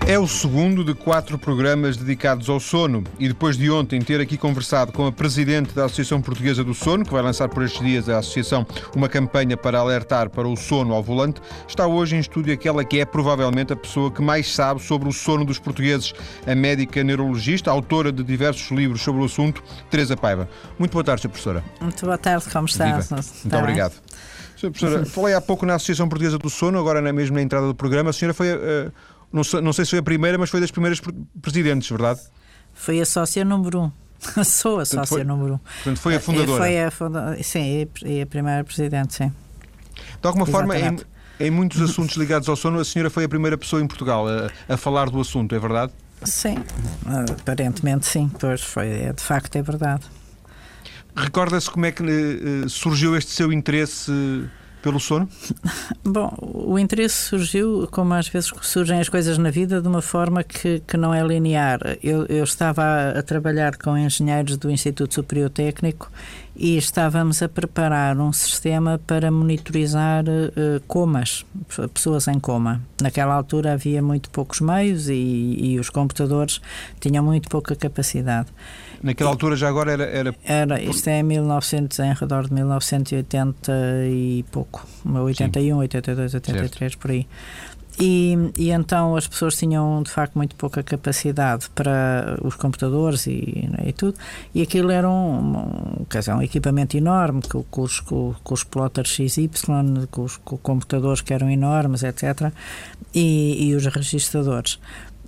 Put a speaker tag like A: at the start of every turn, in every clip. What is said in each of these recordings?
A: É o segundo de 4 programas dedicados ao sono e depois de ontem ter aqui conversado com a Presidente da Associação Portuguesa do Sono, que vai lançar por estes dias a Associação uma campanha para alertar para o sono ao volante, está hoje em estúdio aquela que é provavelmente a pessoa que mais sabe sobre o sono dos portugueses, a médica neurologista, autora de diversos livros sobre o assunto, Teresa Paiva. Muito boa tarde, Sra. Professora.
B: Muito boa tarde, como está?
A: Muito obrigado. Sra. Professora, falei há pouco na Associação Portuguesa do Sono, agora mesmo na entrada do programa. A senhora foi... Não sei se foi a primeira, mas foi das primeiras presidentes, verdade?
B: Foi a sócia número 1. Sou a sócia número 1.
A: Portanto, foi a fundadora.
B: Sim, é a primeira presidente, sim.
A: De alguma forma, em muitos assuntos ligados ao sono, a senhora foi a primeira pessoa em Portugal a falar do assunto, é verdade?
B: Sim, aparentemente sim, pois foi, de facto é verdade.
A: Recorda-se como é que surgiu este seu interesse pelo sono?
B: Bom, o interesse surgiu, como às vezes surgem as coisas na vida, de uma forma que não é linear. Eu estava a trabalhar com engenheiros do Instituto Superior Técnico e estávamos a preparar um sistema para monitorizar comas, pessoas em coma. Naquela altura havia muito poucos meios e os computadores tinham muito pouca capacidade.
A: Naquela altura já agora era...
B: Isto é em redor de 1980 e pouco, 81, 82, 83, certo. Por aí. E então as pessoas tinham de facto muito pouca capacidade para os computadores e tudo, e aquilo era um equipamento enorme com os plotters XY, com os computadores que eram enormes, etc. e os registradores.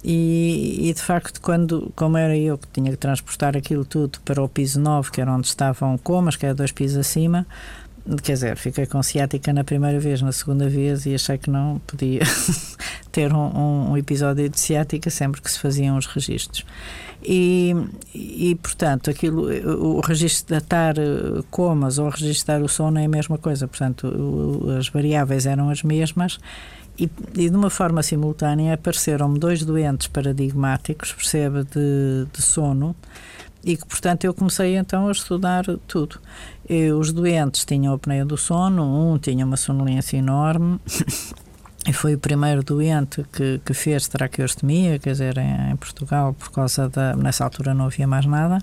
B: E de facto, como era eu que tinha que transportar aquilo tudo para o piso 9, que era onde estavam comas, que era 2 pisos acima, quer dizer, fiquei com ciática na primeira vez, na segunda vez, e achei que não podia ter um episódio de ciática sempre que se faziam os registros. E portanto, o registro de datar comas ou registrar o sono é a mesma coisa, portanto, as variáveis eram as mesmas. E de uma forma simultânea apareceram-me 2 doentes paradigmáticos, percebe, de sono, e que, portanto, eu comecei então a estudar tudo. Os doentes tinham a apneia do sono, um tinha uma sonolência enorme, e foi o primeiro doente que fez traqueostomia, quer dizer, em Portugal, por causa nessa altura não havia mais nada,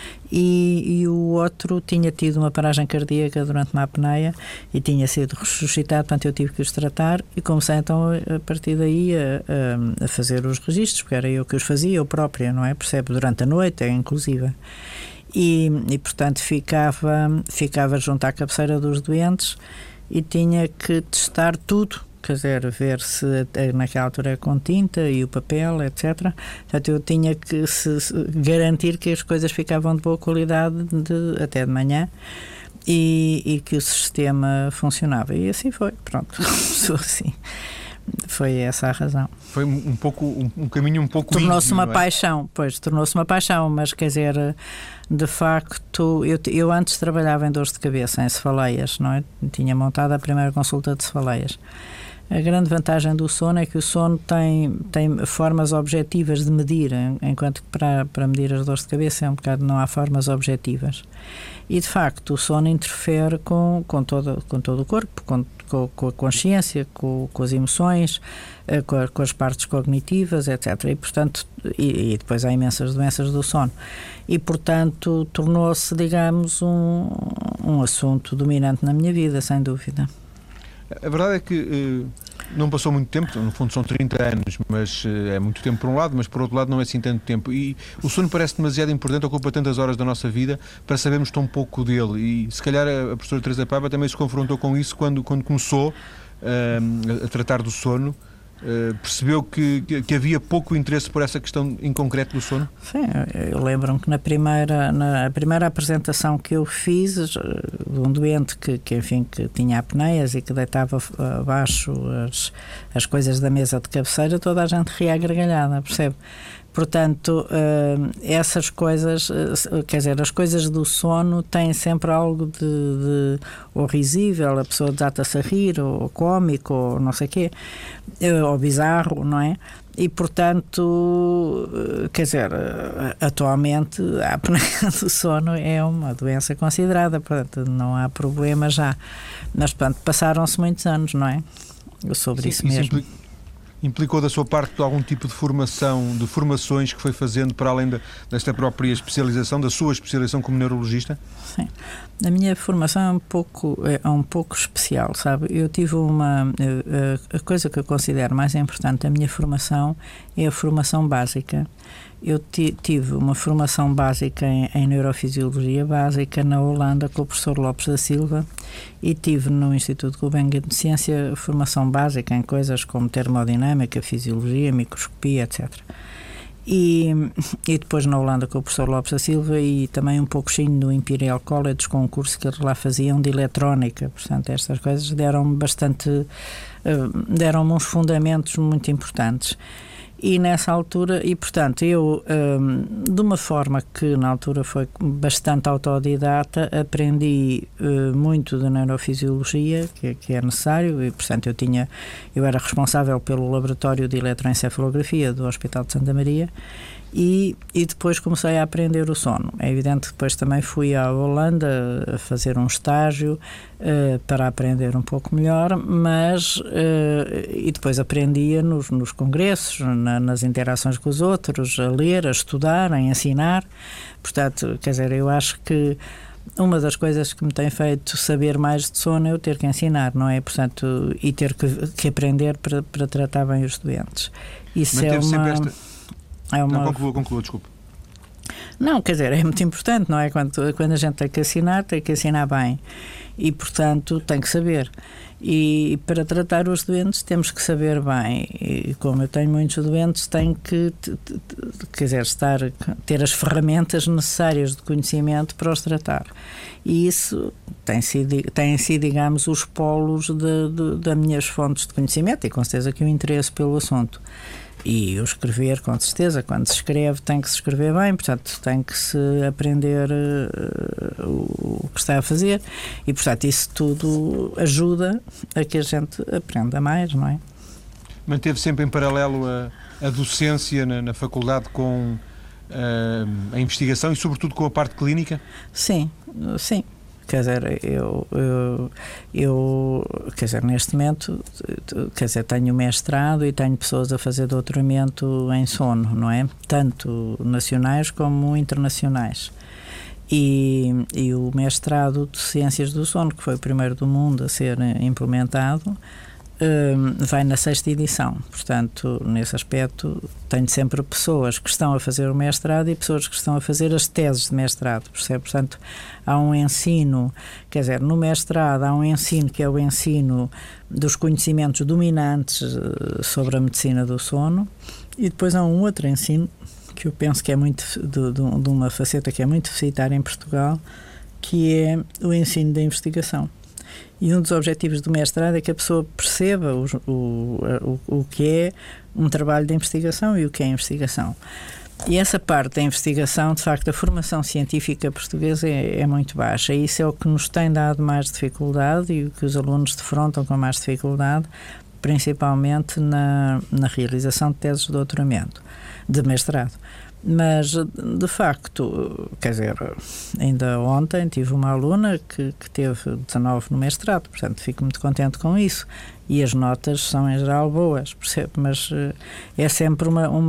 B: e o outro tinha tido uma paragem cardíaca durante uma apneia e tinha sido ressuscitado, portanto eu tive que os tratar e comecei então a partir daí a fazer os registros, porque era eu que os fazia, eu própria, não é? Percebe? Durante a noite, inclusive. E portanto ficava junto à cabeceira dos doentes e tinha que testar tudo. Quer dizer, ver se naquela altura é com tinta e o papel, etc. Portanto, eu tinha que garantir que as coisas ficavam de boa qualidade até de manhã e que o sistema funcionava. E assim foi, pronto, começou assim. Foi essa a razão.
A: Foi um caminho um pouco
B: tornou-se
A: íntimo,
B: uma paixão, tornou-se uma paixão, mas quer dizer, de facto, eu antes trabalhava em dores de cabeça, em cefaleias, não é? Tinha montado a primeira consulta de cefaleias. A grande vantagem do sono é que o sono tem formas objetivas de medir, enquanto que para medir as dores de cabeça não há formas objetivas. E, de facto, o sono interfere com todo o corpo, com a consciência, com as emoções, com as partes cognitivas, etc. E, portanto, e depois há imensas doenças do sono. E, portanto, tornou-se, digamos, um assunto dominante na minha vida, sem dúvida.
A: A verdade é que não passou muito tempo, no fundo são 30 anos, mas é muito tempo por um lado, mas por outro lado não é assim tanto tempo. E o sono parece demasiado importante, ocupa tantas horas da nossa vida para sabermos tão pouco dele. E se calhar a professora Teresa Paiva também se confrontou com isso quando começou a tratar do sono. Percebeu que havia pouco interesse por essa questão em concreto do sono?
B: Sim, eu lembro-me que na primeira apresentação que eu fiz de um doente que tinha apneias e que deitava abaixo as coisas da mesa de cabeceira, toda a gente ria à gargalhada, percebe? Portanto, essas coisas, quer dizer, as coisas do sono têm sempre algo de ou risível, a pessoa desata-se a rir, ou cómico, ou não sei o quê, ou bizarro, não é? E, portanto, quer dizer, atualmente a apneia do sono é uma doença considerada, portanto, não há problema já. Mas, portanto, passaram-se muitos anos, não é? Sobre isso mesmo.
A: implicou da sua parte algum tipo de formação, de formações que foi fazendo para além desta própria especialização, da sua especialização como neurologista?
B: Sim. A minha formação é um pouco especial, sabe? Eu tive a coisa que eu considero mais importante da minha formação é a formação básica. Eu tive uma formação básica em neurofisiologia básica na Holanda com o professor Lopes da Silva e tive no Instituto Gulbenkian de Ciência formação básica em coisas como termodinâmica, fisiologia, microscopia, etc. E depois na Holanda com o professor Lopes da Silva e também um pouquinho no Imperial College com um curso que eles lá faziam de eletrónica. Portanto, estas coisas deram-me uns fundamentos muito importantes. E nessa altura, portanto, eu, de uma forma que na altura foi bastante autodidata, aprendi muito da neurofisiologia, que é necessário, e, portanto, eu era responsável pelo laboratório de eletroencefalografia do Hospital de Santa Maria, e depois comecei a aprender o sono. É evidente que depois também fui à Holanda a fazer um estágio para aprender um pouco melhor, mas e depois aprendia nos congressos, nas interações com os outros, a ler, a estudar, a ensinar. Portanto, quer dizer, eu acho que uma das coisas que me tem feito saber mais de sono é eu ter que ensinar, não é? Portanto, e ter que aprender para tratar bem os doentes. Isso
A: Não, conclua, desculpe.
B: Não, quer dizer, é muito importante, não é? Quando a gente tem que ensinar bem. E, portanto, tem que saber. E para tratar os doentes temos que saber bem. E como eu tenho muitos doentes, tenho que ter as ferramentas necessárias de conhecimento para os tratar. E isso têm sido, digamos, os polos das minhas fontes de conhecimento e com certeza que o interesse pelo assunto. E o escrever, com certeza, quando se escreve tem que se escrever bem, portanto tem que se aprender o que está a fazer e, portanto, isso tudo ajuda a que a gente aprenda mais, não é?
A: Manteve sempre em paralelo a docência na faculdade com a investigação e sobretudo com a parte clínica?
B: Sim. Quer dizer, eu neste momento, tenho mestrado e tenho pessoas a fazer doutoramento em sono, não é? Tanto nacionais como internacionais. E o mestrado de Ciências do Sono, que foi o primeiro do mundo a ser implementado, vai na 6ª edição. Portanto, nesse aspecto, tenho sempre pessoas que estão a fazer o mestrado e pessoas que estão a fazer as teses de mestrado, percebe? Portanto, há um ensino, no mestrado há um ensino que é o ensino dos conhecimentos dominantes sobre a medicina do sono e depois há um outro ensino que eu penso que é muito de uma faceta que é muito deficitária em Portugal, que é o ensino da investigação. E um dos objetivos do mestrado é que a pessoa perceba o que é um trabalho de investigação e o que é investigação. E essa parte da investigação, de facto, a formação científica portuguesa é muito baixa. E isso é o que nos tem dado mais dificuldade e o que os alunos defrontam com mais dificuldade, principalmente na realização de teses de doutoramento, de mestrado. Mas, de facto, ainda ontem tive uma aluna que teve 19 no mestrado, portanto fico muito contente com isso. E as notas são, em geral, boas, percebe? Mas é sempre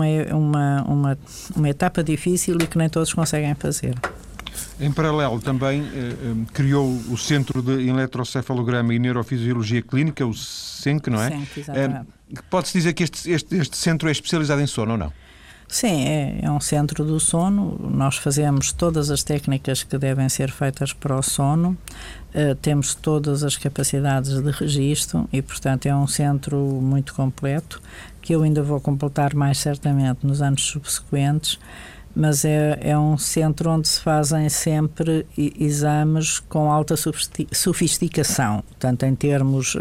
B: uma etapa difícil e que nem todos conseguem fazer.
A: Em paralelo, também criou o Centro de Eletrocefalograma e Neurofisiologia Clínica, o CENC, não é?
B: CENC, exatamente.
A: Pode-se dizer que este centro é especializado em sono ou não?
B: Sim, é um centro do sono. Nós fazemos todas as técnicas que devem ser feitas para o sono, temos todas as capacidades de registro e, portanto, é um centro muito completo que eu ainda vou completar mais certamente nos anos subsequentes, mas é um centro onde se fazem sempre exames com alta sofisticação, tanto em termos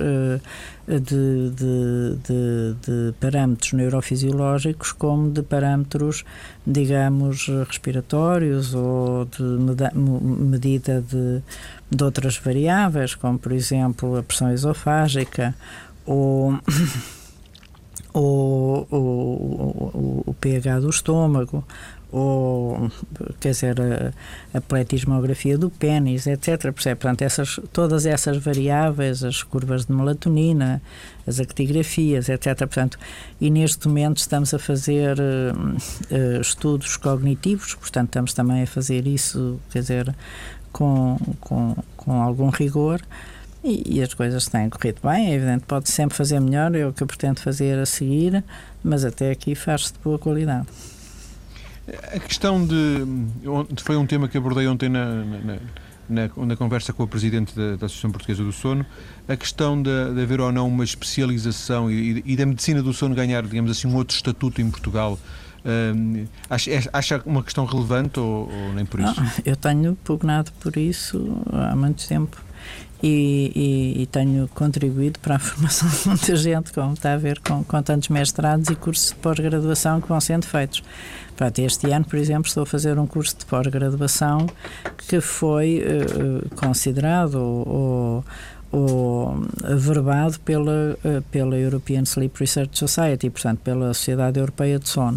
B: de parâmetros neurofisiológicos como de parâmetros, digamos, respiratórios ou de medida de outras variáveis, como, por exemplo, a pressão esofágica ou o pH do estômago, ou quer dizer, a pletismografia do pénis, etc. Percebe? Portanto, todas essas variáveis, as curvas de melatonina, as actigrafias, etc. Portanto, e neste momento estamos a fazer estudos cognitivos, portanto estamos também a fazer isso, quer dizer, com algum rigor, e as coisas têm corrido bem. É evidente, pode sempre fazer melhor, é o que eu pretendo fazer a seguir, mas até aqui faz-se de boa qualidade.
A: A questão foi um tema que abordei ontem na conversa com a Presidente da Associação Portuguesa do Sono, a questão de haver ou não uma especialização e da medicina do sono ganhar, digamos assim, um outro estatuto em Portugal. Acha uma questão relevante ou nem por isso?
B: Eu tenho pugnado por isso há muito tempo e tenho contribuído para a formação de muita gente, como está a ver, com tantos mestrados e cursos de pós-graduação que vão sendo feitos. Pronto, este ano, por exemplo, estou a fazer um curso de pós-graduação que foi considerado ou averbado pela European Sleep Research Society, portanto, pela Sociedade Europeia de Sono.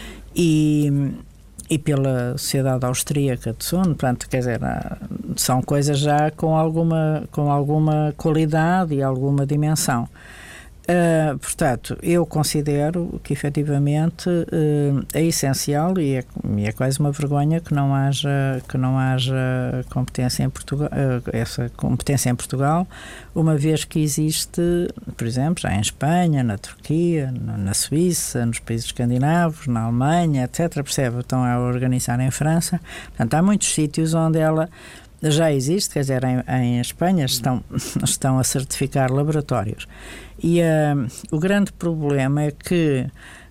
B: E pela Sociedade Austríaca de Sono, portanto, quer dizer, são coisas já com alguma qualidade e alguma dimensão. Portanto, eu considero que efetivamente é essencial e é quase uma vergonha que não haja competência em Portugal, essa competência em Portugal, uma vez que existe, por exemplo, já em Espanha, na Turquia, na Suíça, nos países escandinavos, na Alemanha, etc. Percebe? Estão a organizar em França. Portanto, há muitos sítios onde ela já existe, quer dizer, em Espanha estão a certificar laboratórios. E o grande problema é que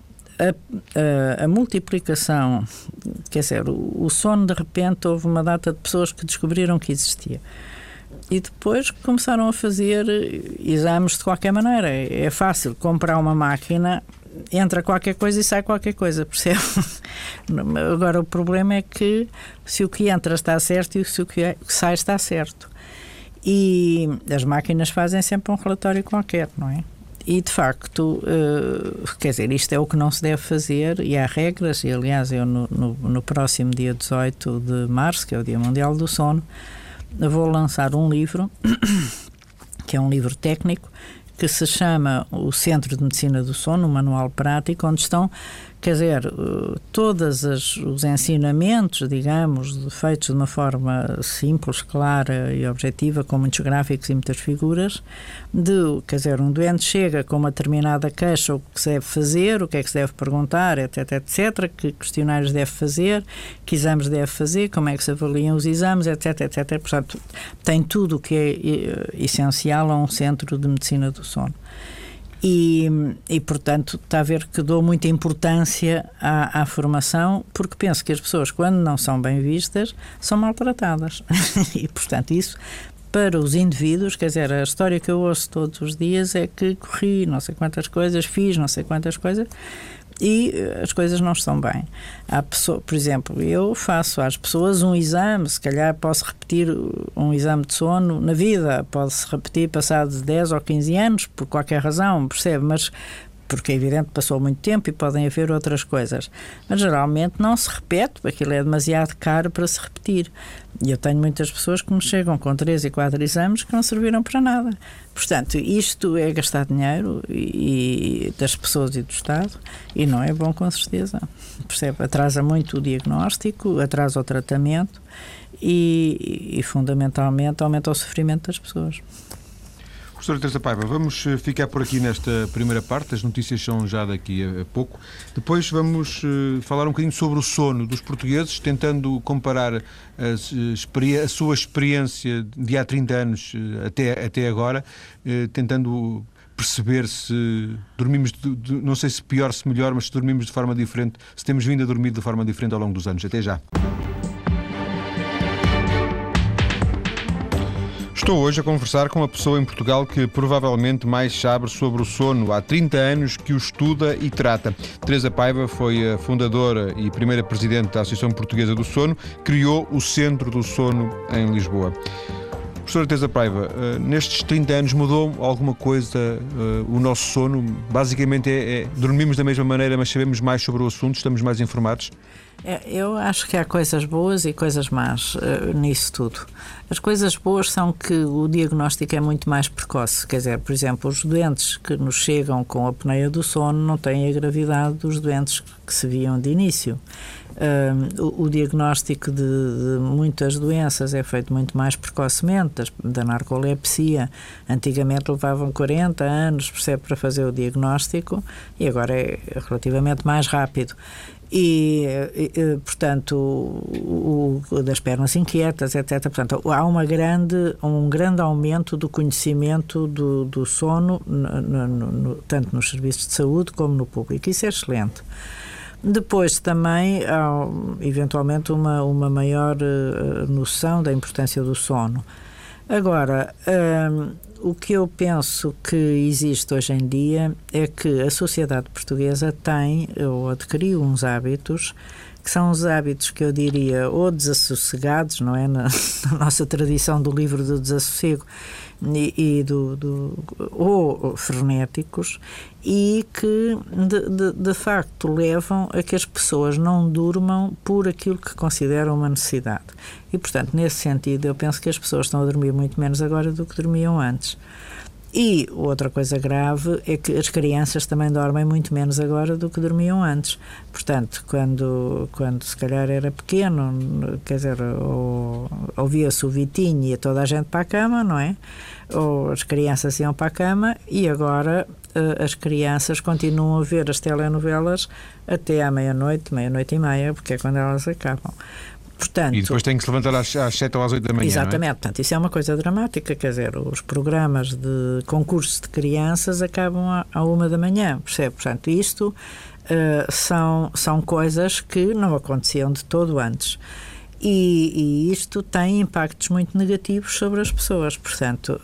B: a multiplicação, quer dizer, o sono, de repente houve uma data de pessoas que descobriram que existia. E depois começaram a fazer exames de qualquer maneira. É fácil comprar uma máquina, entra qualquer coisa e sai qualquer coisa, percebe? Agora, o problema é que se o que entra está certo e se o que sai está certo. E as máquinas fazem sempre um relatório qualquer, não é? E, de facto, quer dizer, isto é o que não se deve fazer e há regras, e, aliás, eu no próximo dia 18 de março, que é o Dia Mundial do Sono, vou lançar um livro, que é um livro técnico, que se chama O Centro de Medicina do Sono, um manual prático, onde estão, quer dizer, todos os ensinamentos, digamos, feitos de uma forma simples, clara e objetiva, com muitos gráficos e muitas figuras, quer dizer, um doente chega com uma determinada queixa, o que se deve fazer, o que é que se deve perguntar, etc, etc, que questionários deve fazer, que exames deve fazer, como é que se avaliam os exames, etc, etc. Portanto, tem tudo o que é essencial a um centro de medicina do sono. E, portanto, está a ver que dou muita importância à formação, porque penso que as pessoas, quando não são bem vistas, são maltratadas. E, portanto, isso, para os indivíduos, quer dizer, a história que eu ouço todos os dias é que corri não sei quantas coisas, fiz não sei quantas coisas, e as coisas não estão bem. Por exemplo, eu faço às pessoas um exame, se calhar posso repetir um exame de sono na vida, pode-se repetir passado 10 ou 15 anos, por qualquer razão, percebe? Mas porque é evidente que passou muito tempo e podem haver outras coisas. Mas geralmente não se repete, porque aquilo é demasiado caro para se repetir. E eu tenho muitas pessoas que me chegam com 3 e 4 exames que não serviram para nada. Portanto, isto é gastar dinheiro das pessoas e do Estado, e não é bom, com certeza. Percebe? Atrasa muito o diagnóstico, atrasa o tratamento e fundamentalmente aumenta o sofrimento das pessoas.
A: Professora Teresa Paiva, vamos ficar por aqui nesta primeira parte, as notícias são já daqui a pouco. Depois vamos falar um bocadinho sobre o sono dos portugueses, tentando comparar a sua experiência de há 30 anos até agora, tentando perceber se dormimos, não sei se pior, se melhor, mas se dormimos de forma diferente, se temos vindo a dormir de forma diferente ao longo dos anos. Até já. Estou hoje a conversar com a pessoa em Portugal que provavelmente mais sabe sobre o sono. Há 30 anos que o estuda e trata. Teresa Paiva foi a fundadora e primeira presidente da Associação Portuguesa do Sono, criou o Centro do Sono em Lisboa. Professora Teresa Paiva, nestes 30 anos mudou alguma coisa o nosso sono? Basicamente dormimos da mesma maneira, mas sabemos mais sobre o assunto, estamos mais informados?
B: Eu acho que há coisas boas e coisas más nisso tudo. As coisas boas são que o diagnóstico é muito mais precoce. Quer dizer, por exemplo, os doentes que nos chegam com a apneia do sono não têm a gravidade dos doentes que se viam de início. O diagnóstico de muitas doenças é feito muito mais precocemente, da narcolepsia. Antigamente levavam 40 anos, percebe, para fazer o diagnóstico, e agora é relativamente mais rápido. Portanto, o das pernas inquietas, etc. Portanto, há um grande aumento do conhecimento do sono, tanto nos serviços de saúde como no público. Isso é excelente. Depois também há, eventualmente, uma maior noção da importância do sono. Agora, o que eu penso que existe hoje em dia é que a sociedade portuguesa tem ou adquiriu uns hábitos que são os hábitos que eu diria ou desassossegados, não é? Na nossa tradição do livro do desassossego, ou frenéticos, e que de facto levam a que as pessoas não durmam por aquilo que consideram uma necessidade. E, portanto, nesse sentido, eu penso que as pessoas estão a dormir muito menos agora do que dormiam antes. E outra coisa grave é que as crianças também dormem muito menos agora do que dormiam antes. Portanto, quando se calhar era pequeno, quer dizer, ouvia-se o Vitinho e ia toda a gente para a cama, não é? Ou as crianças iam para a cama, e agora as crianças continuam a ver as telenovelas até à meia-noite, meia-noite e meia, porque é quando elas acabam. Portanto,
A: e depois tem que se levantar às 7 ou às 8 da manhã.
B: Exatamente,
A: não é?
B: Portanto, isso é uma coisa dramática, quer dizer, os programas de concursos de crianças acabam à 1 da manhã, percebe? Portanto, isto são coisas que não aconteciam de todo antes. E isto tem impactos muito negativos sobre as pessoas. Portanto,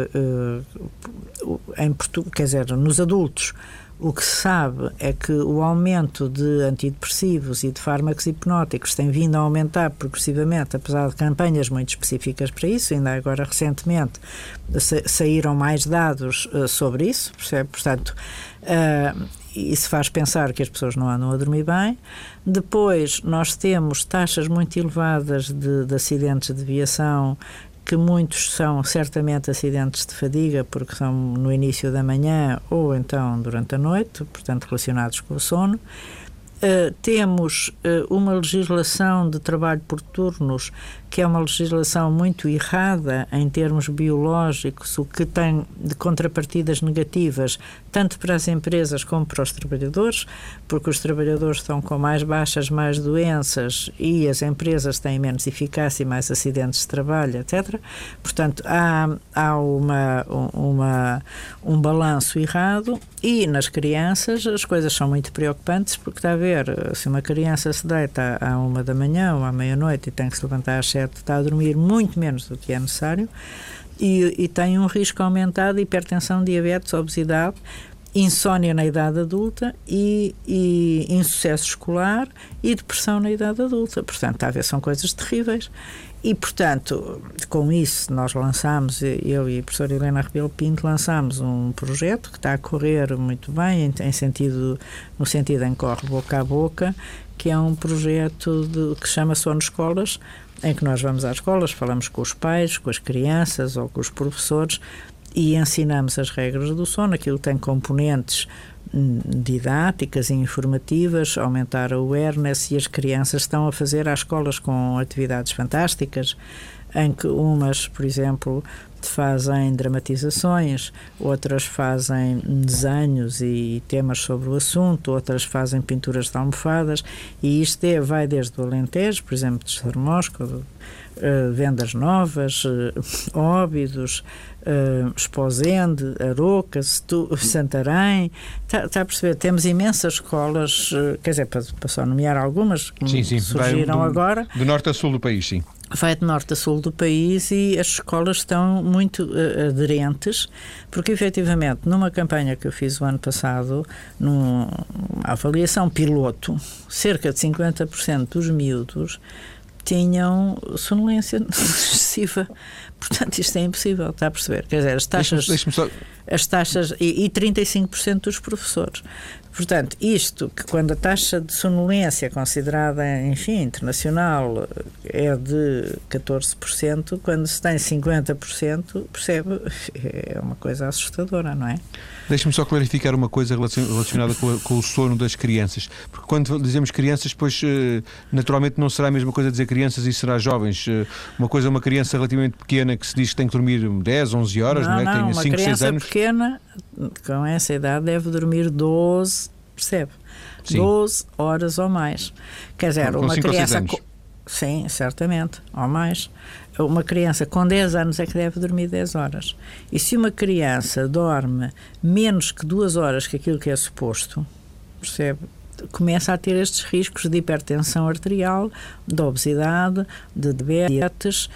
B: quer dizer, nos adultos, o que se sabe é que o aumento de antidepressivos e de fármacos hipnóticos tem vindo a aumentar progressivamente, apesar de campanhas muito específicas para isso. Ainda agora, recentemente, saíram mais dados sobre isso, percebe? Portanto, isso faz pensar que as pessoas não andam a dormir bem. Depois, nós temos taxas muito elevadas de acidentes de viação, que muitos são certamente acidentes de fadiga, porque são no início da manhã ou então durante a noite, portanto relacionados com o sono. Temos uma legislação de trabalho por turnos, que é uma legislação muito errada em termos biológicos, o que tem de contrapartidas negativas, tanto para as empresas como para os trabalhadores, porque os trabalhadores estão com mais baixas, mais doenças, e as empresas têm menos eficácia e mais acidentes de trabalho, etc. Portanto, há um balanço errado. E nas crianças as coisas são muito preocupantes, porque está a ver, se uma criança se deita à 1 da manhã ou à meia-noite e tem que se levantar às 7, está a dormir muito menos do que é necessário, e tem um risco aumentado de hipertensão, diabetes, obesidade, insónia na idade adulta e insucesso escolar e depressão na idade adulta. Portanto, está a ver, são coisas terríveis. E, portanto, com isso nós lançámos, eu e a professora Helena Rebelo Pinto, lançámos um projeto que está a correr muito bem, no sentido em que corre boca a boca, que é um projeto que se chama Sono Escolas, em que nós vamos às escolas, falamos com os pais, com as crianças ou com os professores e ensinamos as regras do sono. Aquilo tem componentes didáticas e informativas, aumentar a awareness, e as crianças estão a fazer às escolas com atividades fantásticas, em que umas, por exemplo, fazem dramatizações, outras fazem desenhos e temas sobre o assunto, outras fazem pinturas de almofadas, e isto vai desde o Alentejo, por exemplo, de Sermosco, Vendas Novas, Óbidos, Esposende, Aroca, Santarém. Está a perceber? Temos imensas escolas, quer dizer, para só nomear algumas que surgiram agora.
A: Do norte a sul do país, sim.
B: Vai de norte a sul do país, e as escolas estão muito aderentes, porque efetivamente numa campanha que eu fiz o ano passado, numa avaliação piloto, cerca de 50% dos miúdos tinham sonolência excessiva. Portanto, isto é impossível, está a perceber? Quer dizer, as taxas... as taxas, e 35% dos professores. Portanto, isto, que quando a taxa de sonolência considerada, enfim, internacional, é de 14%, quando se tem 50%, percebe, é uma coisa assustadora, não é?
A: Deixe-me só clarificar uma coisa relacionada com o sono das crianças, porque quando dizemos crianças, pois naturalmente não será a mesma coisa dizer crianças e será jovens. Uma criança relativamente pequena que se diz que tem que dormir 10, 11 horas, não é?
B: Não,
A: tem 5, 6 anos.
B: Uma criança pequena, com essa idade, deve dormir 12, percebe? Sim. 12 horas ou mais. Quer dizer,
A: com
B: uma
A: 5
B: criança...
A: ou 6 anos.
B: Sim, certamente, ou mais. Uma criança com 10 anos é que deve dormir 10 horas. E se uma criança dorme menos que 2 horas que aquilo que é suposto, percebe? Começa a ter estes riscos de hipertensão arterial, de obesidade, de diabetes,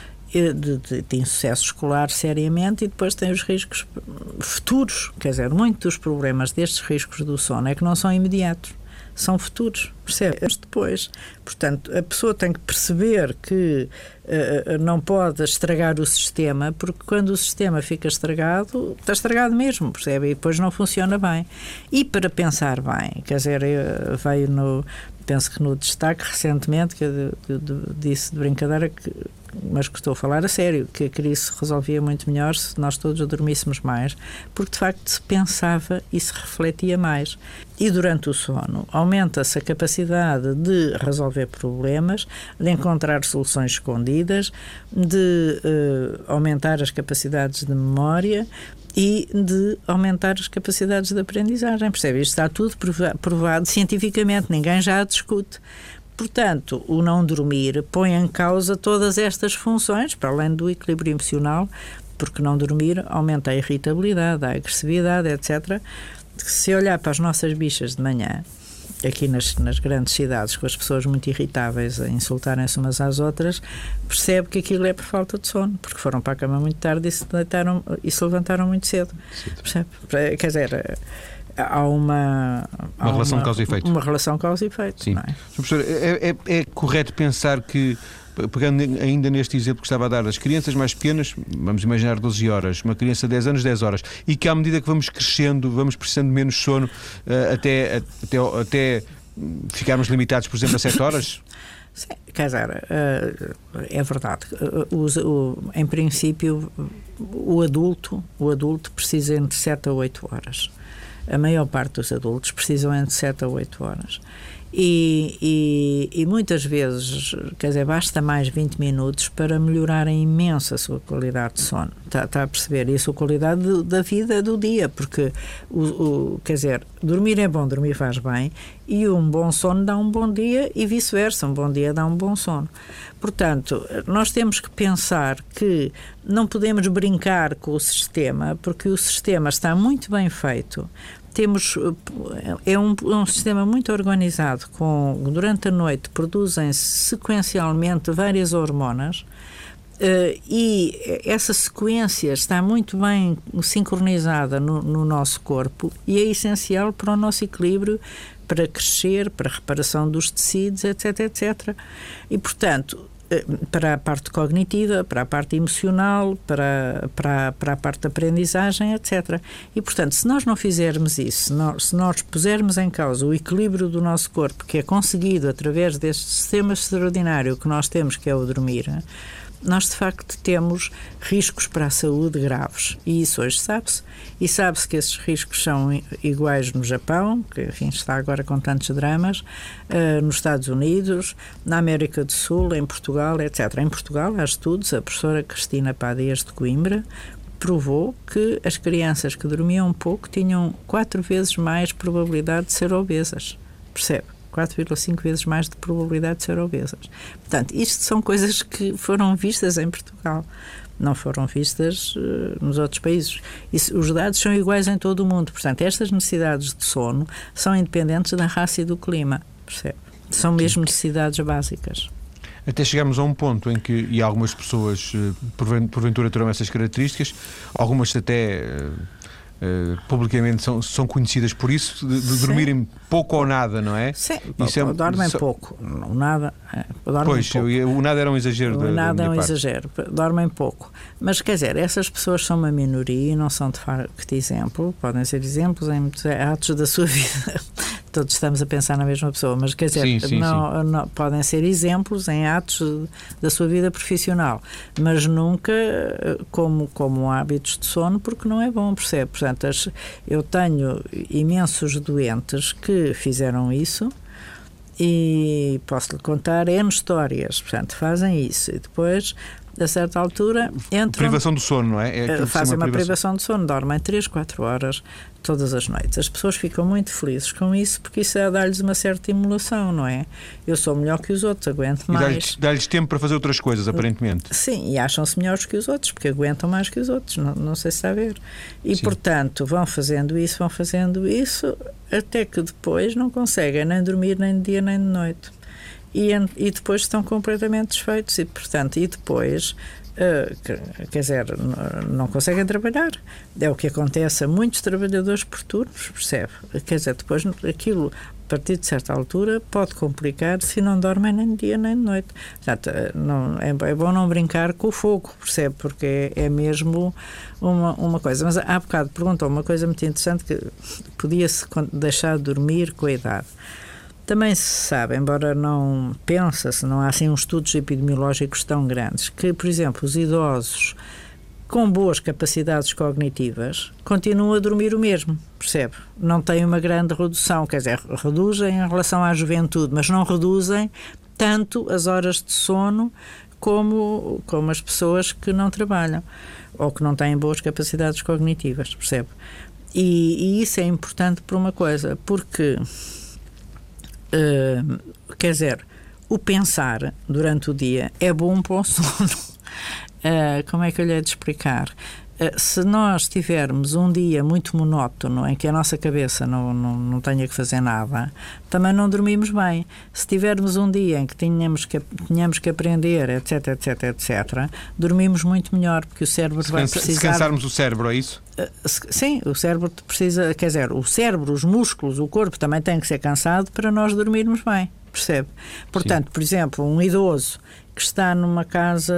B: de insucesso escolar seriamente, e depois tem os riscos futuros. Quer dizer, muitos dos problemas destes riscos do sono é que não são imediatos, são futuros, percebe? Depois. Portanto, a pessoa tem que perceber que não pode estragar o sistema, porque quando o sistema fica estragado, está estragado mesmo, percebe? E depois não funciona bem. E para pensar bem, quer dizer, veio penso que no destaque recentemente, que eu disse de brincadeira, mas que estou a falar a sério, que a crise se resolvia muito melhor se nós todos dormíssemos mais, porque de facto se pensava e se refletia mais. E durante o sono aumenta-se a capacidade de resolver problemas, de encontrar soluções escondidas, de aumentar as capacidades de memória e de aumentar as capacidades de aprendizagem, percebe? Isto está tudo provado cientificamente, ninguém já discute. Portanto, o não dormir põe em causa todas estas funções, para além do equilíbrio emocional, porque não dormir aumenta a irritabilidade, a agressividade, etc. Se olhar para as nossas bichas de manhã, aqui nas grandes cidades, com as pessoas muito irritáveis a insultarem-se umas às outras, percebe que aquilo é por falta de sono, porque foram para a cama muito tarde e se levantaram muito cedo. Percebe? Quer dizer, há uma
A: relação causa e efeito.
B: Uma relação causa e efeito.
A: Sim.
B: Não é?
A: Professor, é correto pensar que, pegando ainda neste exemplo que estava a dar das crianças mais pequenas, vamos imaginar 12 horas, uma criança de 10 anos, 10 horas, e que à medida que vamos crescendo, vamos precisando de menos sono, até ficarmos limitados, por exemplo, a 7 horas?
B: Sim, quer dizer, é verdade. Em princípio, o adulto precisa entre 7 a 8 horas. A maior parte dos adultos precisam entre 7 a 8 horas. E muitas vezes, quer dizer, basta mais 20 minutos para melhorar imenso a sua qualidade de sono. Está a perceber? E a sua qualidade da vida do dia, porque, quer dizer, dormir é bom, dormir faz bem, e um bom sono dá um bom dia e vice-versa, um bom dia dá um bom sono. Portanto, nós temos que pensar que não podemos brincar com o sistema, porque o sistema está muito bem feito. É um sistema muito organizado, durante a noite produzem-se sequencialmente várias hormonas, e essa sequência está muito bem sincronizada no nosso corpo e é essencial para o nosso equilíbrio, para crescer, para a reparação dos tecidos, etc, etc. E, portanto, para a parte cognitiva, para a parte emocional, para a parte da aprendizagem, etc. E, portanto, se nós não fizermos isso, se nós pusermos em causa o equilíbrio do nosso corpo, que é conseguido através deste sistema extraordinário que nós temos, que é o dormir, nós de facto temos riscos para a saúde graves, e isso hoje sabe-se, e sabe-se que esses riscos são iguais no Japão, que enfim está agora com tantos dramas, nos Estados Unidos, na América do Sul, em Portugal, etc. Em Portugal há estudos, a professora Cristina Padias de Coimbra provou que as crianças que dormiam pouco tinham 4 vezes mais probabilidade de ser obesas, percebe? 4,5 vezes mais de probabilidade de ser obesas. Portanto, isto são coisas que foram vistas em Portugal, não foram vistas nos outros países. Os dados são iguais em todo o mundo. Portanto, estas necessidades de sono são independentes da raça e do clima, percebe? São mesmo necessidades básicas.
A: Até chegarmos a um ponto em que, e algumas pessoas porventura terão essas características, algumas até publicamente são conhecidas por isso, de dormirem pouco ou nada, não é?
B: Sim, dormem pouco. O nada,
A: pois,
B: pouco.
A: O nada era um exagero.
B: O nada é um exagero. Dormem pouco. Mas, quer dizer, essas pessoas são uma minoria e não são, de facto, exemplo. Podem ser exemplos em muitos atos da sua vida. Todos estamos a pensar na mesma pessoa, mas, quer dizer,
A: sim.
B: Não, podem ser exemplos em atos da sua vida profissional, mas nunca como hábitos de sono, porque não é bom, percebe? Portanto, eu tenho imensos doentes que fizeram isso e posso-lhe contar N histórias, portanto, fazem isso e depois, a certa altura, entram...
A: Privação do sono, não é?
B: Fazem uma privação de sono, dormem 3, 4 horas todas as noites. As pessoas ficam muito felizes com isso, porque isso é dar-lhes uma certa estimulação, não é? Eu sou melhor que os outros, aguento mais.
A: E dá-lhes tempo para fazer outras coisas, aparentemente.
B: Sim, e acham-se melhores que os outros, porque aguentam mais que os outros, não sei se está a ver. E, portanto, vão fazendo isso, até que depois não conseguem nem dormir nem de dia nem de noite. E depois estão completamente desfeitos e, portanto, depois, quer dizer, não conseguem trabalhar. É o que acontece a muitos trabalhadores por turnos, percebe? Quer dizer, depois aquilo, a partir de certa altura, pode complicar se não dormem nem de dia nem de noite. Portanto, é bom não brincar com o fogo, percebe? Porque é mesmo uma coisa. Mas há bocado perguntou uma coisa muito interessante, que podia-se deixar de dormir com a idade. Também se sabe, embora não pensa-se, não há assim uns estudos epidemiológicos tão grandes, que, por exemplo, os idosos com boas capacidades cognitivas continuam a dormir o mesmo, percebe? Não têm uma grande redução, quer dizer, reduzem em relação à juventude, mas não reduzem tanto as horas de sono como as pessoas que não trabalham ou que não têm boas capacidades cognitivas, percebe? E isso é importante por uma coisa, porque... quer dizer, o pensar durante o dia é bom para o sono. Como é que eu lhe hei de explicar? Se nós tivermos um dia muito monótono em que a nossa cabeça não tenha que fazer nada, também não dormimos bem. Se tivermos um dia em que tenhamos que aprender, etc, dormimos muito melhor, porque o cérebro vai precisar...
A: Se cansarmos o cérebro, é isso?
B: Sim, o cérebro precisa, quer dizer, o cérebro, os músculos, o corpo também tem que ser cansado para nós dormirmos bem, percebe? Portanto, Por exemplo, um idoso que está numa casa,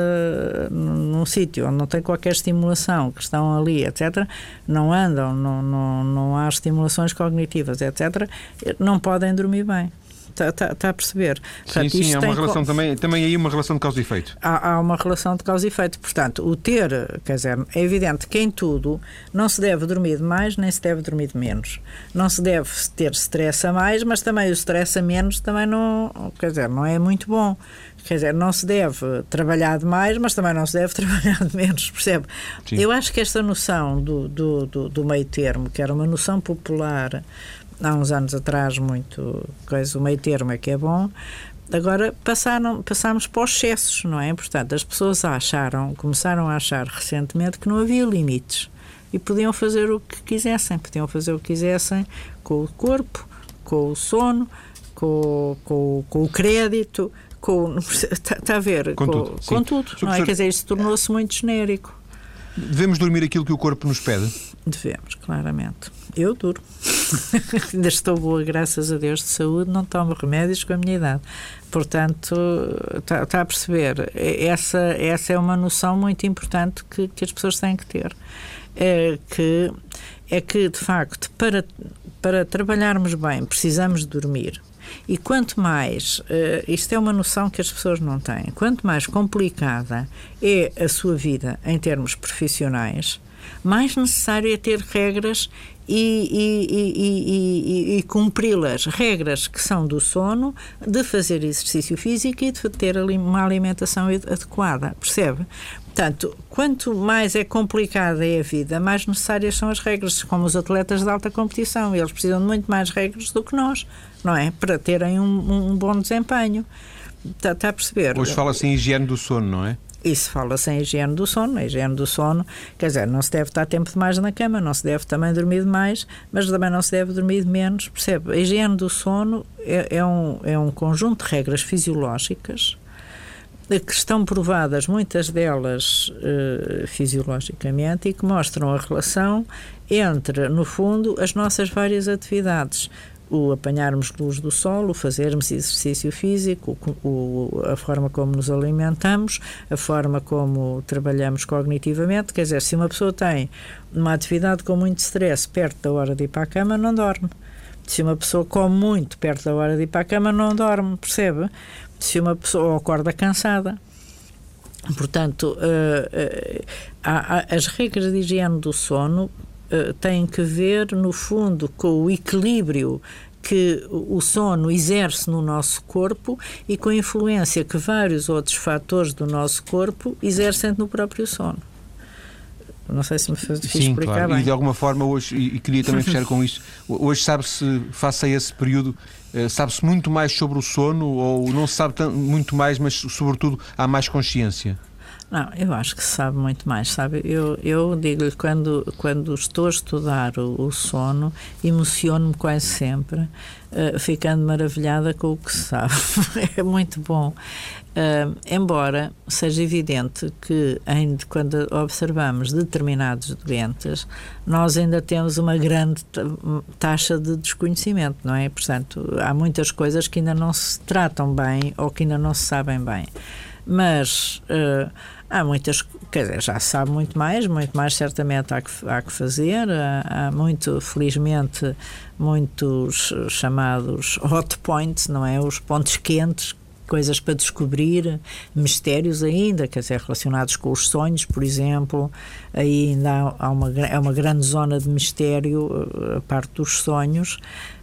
B: num sítio onde não tem qualquer estimulação, que estão ali, etc., não andam, não há estimulações cognitivas, etc., não podem dormir bem. Está a perceber? Portanto,
A: sim, há uma relação também aí uma relação de causa e efeito.
B: Há uma relação de causa e efeito. Portanto, quer dizer, é evidente que em tudo não se deve dormir de mais, nem se deve dormir de menos. Não se deve ter stress a mais, mas também o stress a menos também não, quer dizer, não é muito bom. Quer dizer, não se deve trabalhar de mais, mas também não se deve trabalhar de menos, percebe? Sim. Eu acho que esta noção do meio termo, que era uma noção popular há uns anos atrás, o meio termo é que é bom, agora passámos para os excessos, não é? Portanto, as pessoas começaram a achar recentemente que não havia limites e podiam fazer o que quisessem, com o corpo, com o sono, com o crédito, está a ver? Com tudo, não é? Quer dizer, isto tornou-se muito genérico.
A: Devemos dormir aquilo que o corpo nos pede?
B: Devemos, claramente. Eu duro. Ainda estou boa, graças a Deus, de saúde, não tomo remédios com a minha idade. Portanto, está a perceber? Essa é uma noção muito importante que as pessoas têm que ter. É que, de facto, para trabalharmos bem, precisamos de dormir. E quanto mais, isto é uma noção que as pessoas não têm, quanto mais complicada é a sua vida em termos profissionais, mais necessário é ter regras e cumpri-las. Regras que são do sono, de fazer exercício físico e de ter uma alimentação adequada, percebe? Portanto, quanto mais é complicada é a vida, mais necessárias são as regras, como os atletas de alta competição. Eles precisam de muito mais regras do que nós, não é? Para terem um bom desempenho. Está a perceber?
A: Hoje fala-se em higiene do sono, não é?
B: Isso fala-se em higiene do sono. A higiene do sono, quer dizer, não se deve estar tempo demais na cama, não se deve também dormir demais, mas também não se deve dormir de menos, percebe? A higiene do sono é um conjunto de regras fisiológicas que estão provadas, muitas delas fisiologicamente, e que mostram a relação entre, no fundo, as nossas várias atividades. O apanharmos luz do sol, o fazermos exercício físico, a forma como nos alimentamos, a forma como trabalhamos cognitivamente. Quer dizer, se uma pessoa tem uma atividade com muito stress perto da hora de ir para a cama, não dorme. Se uma pessoa come muito perto da hora de ir para a cama, não dorme, percebe? Se uma pessoa acorda cansada. Portanto, as regras de higiene do sono têm que ver, no fundo, com o equilíbrio que o sono exerce no nosso corpo e com a influência que vários outros fatores do nosso corpo exercem no próprio sono. Não sei se me fiz explicar
A: claro.
B: bem.
A: E de alguma forma hoje, e queria também fechar com isto, hoje sabe-se, face a esse período, sabe-se muito mais sobre o sono, ou não se sabe muito mais, mas sobretudo há mais consciência?
B: Não, eu acho que se sabe muito mais, sabe? Eu digo-lhe, quando estou a estudar o sono, emociono-me quase sempre, ficando maravilhada com o que se sabe. É muito bom. Embora seja evidente que quando observamos determinados doentes, nós ainda temos uma grande taxa de desconhecimento, não é? Portanto, há muitas coisas que ainda não se tratam bem ou que ainda não se sabem bem. Mas há muitas, quer dizer, já se sabe muito mais certamente há que fazer. Há felizmente, muitos chamados hot points, não é? Os pontos quentes, coisas para descobrir, mistérios ainda, quer dizer, relacionados com os sonhos, por exemplo. Aí ainda é uma grande zona de mistério, a parte dos sonhos,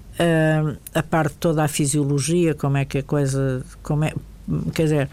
B: a parte toda a fisiologia, como é que a coisa, quer dizer,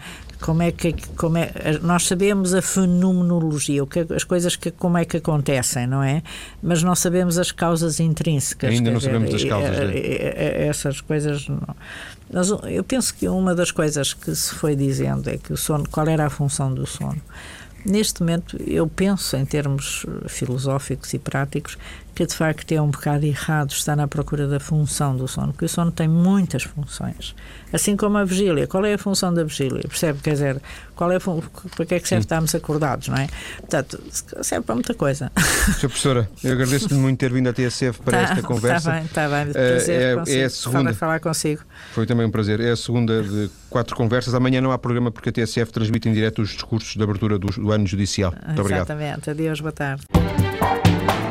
B: nós sabemos a fenomenologia, as coisas como é que acontecem, não é? Mas não sabemos as causas intrínsecas.
A: Ainda não sabemos as causas.
B: Essas coisas não. Mas eu penso que uma das coisas que se foi dizendo é que o sono, qual era a função do sono? Neste momento, eu penso, em termos filosóficos e práticos, que de facto é um bocado errado estar na procura da função do sono, porque o sono tem muitas funções. Assim como a vigília. Qual é a função da vigília? Percebe? Quer dizer, para que é que serve estarmos acordados, não é? Portanto, serve para muita coisa.
A: Sra. Professora, eu agradeço-lhe muito ter vindo à TSF para esta conversa.
B: Está bem. Prazer
A: é a segunda.
B: Falar consigo.
A: Foi também um prazer. É a segunda de 4 conversas. Amanhã não há programa porque a TSF transmite em direto os discursos de abertura do ano judicial. Muito obrigado.
B: Exatamente. Adeus, boa tarde.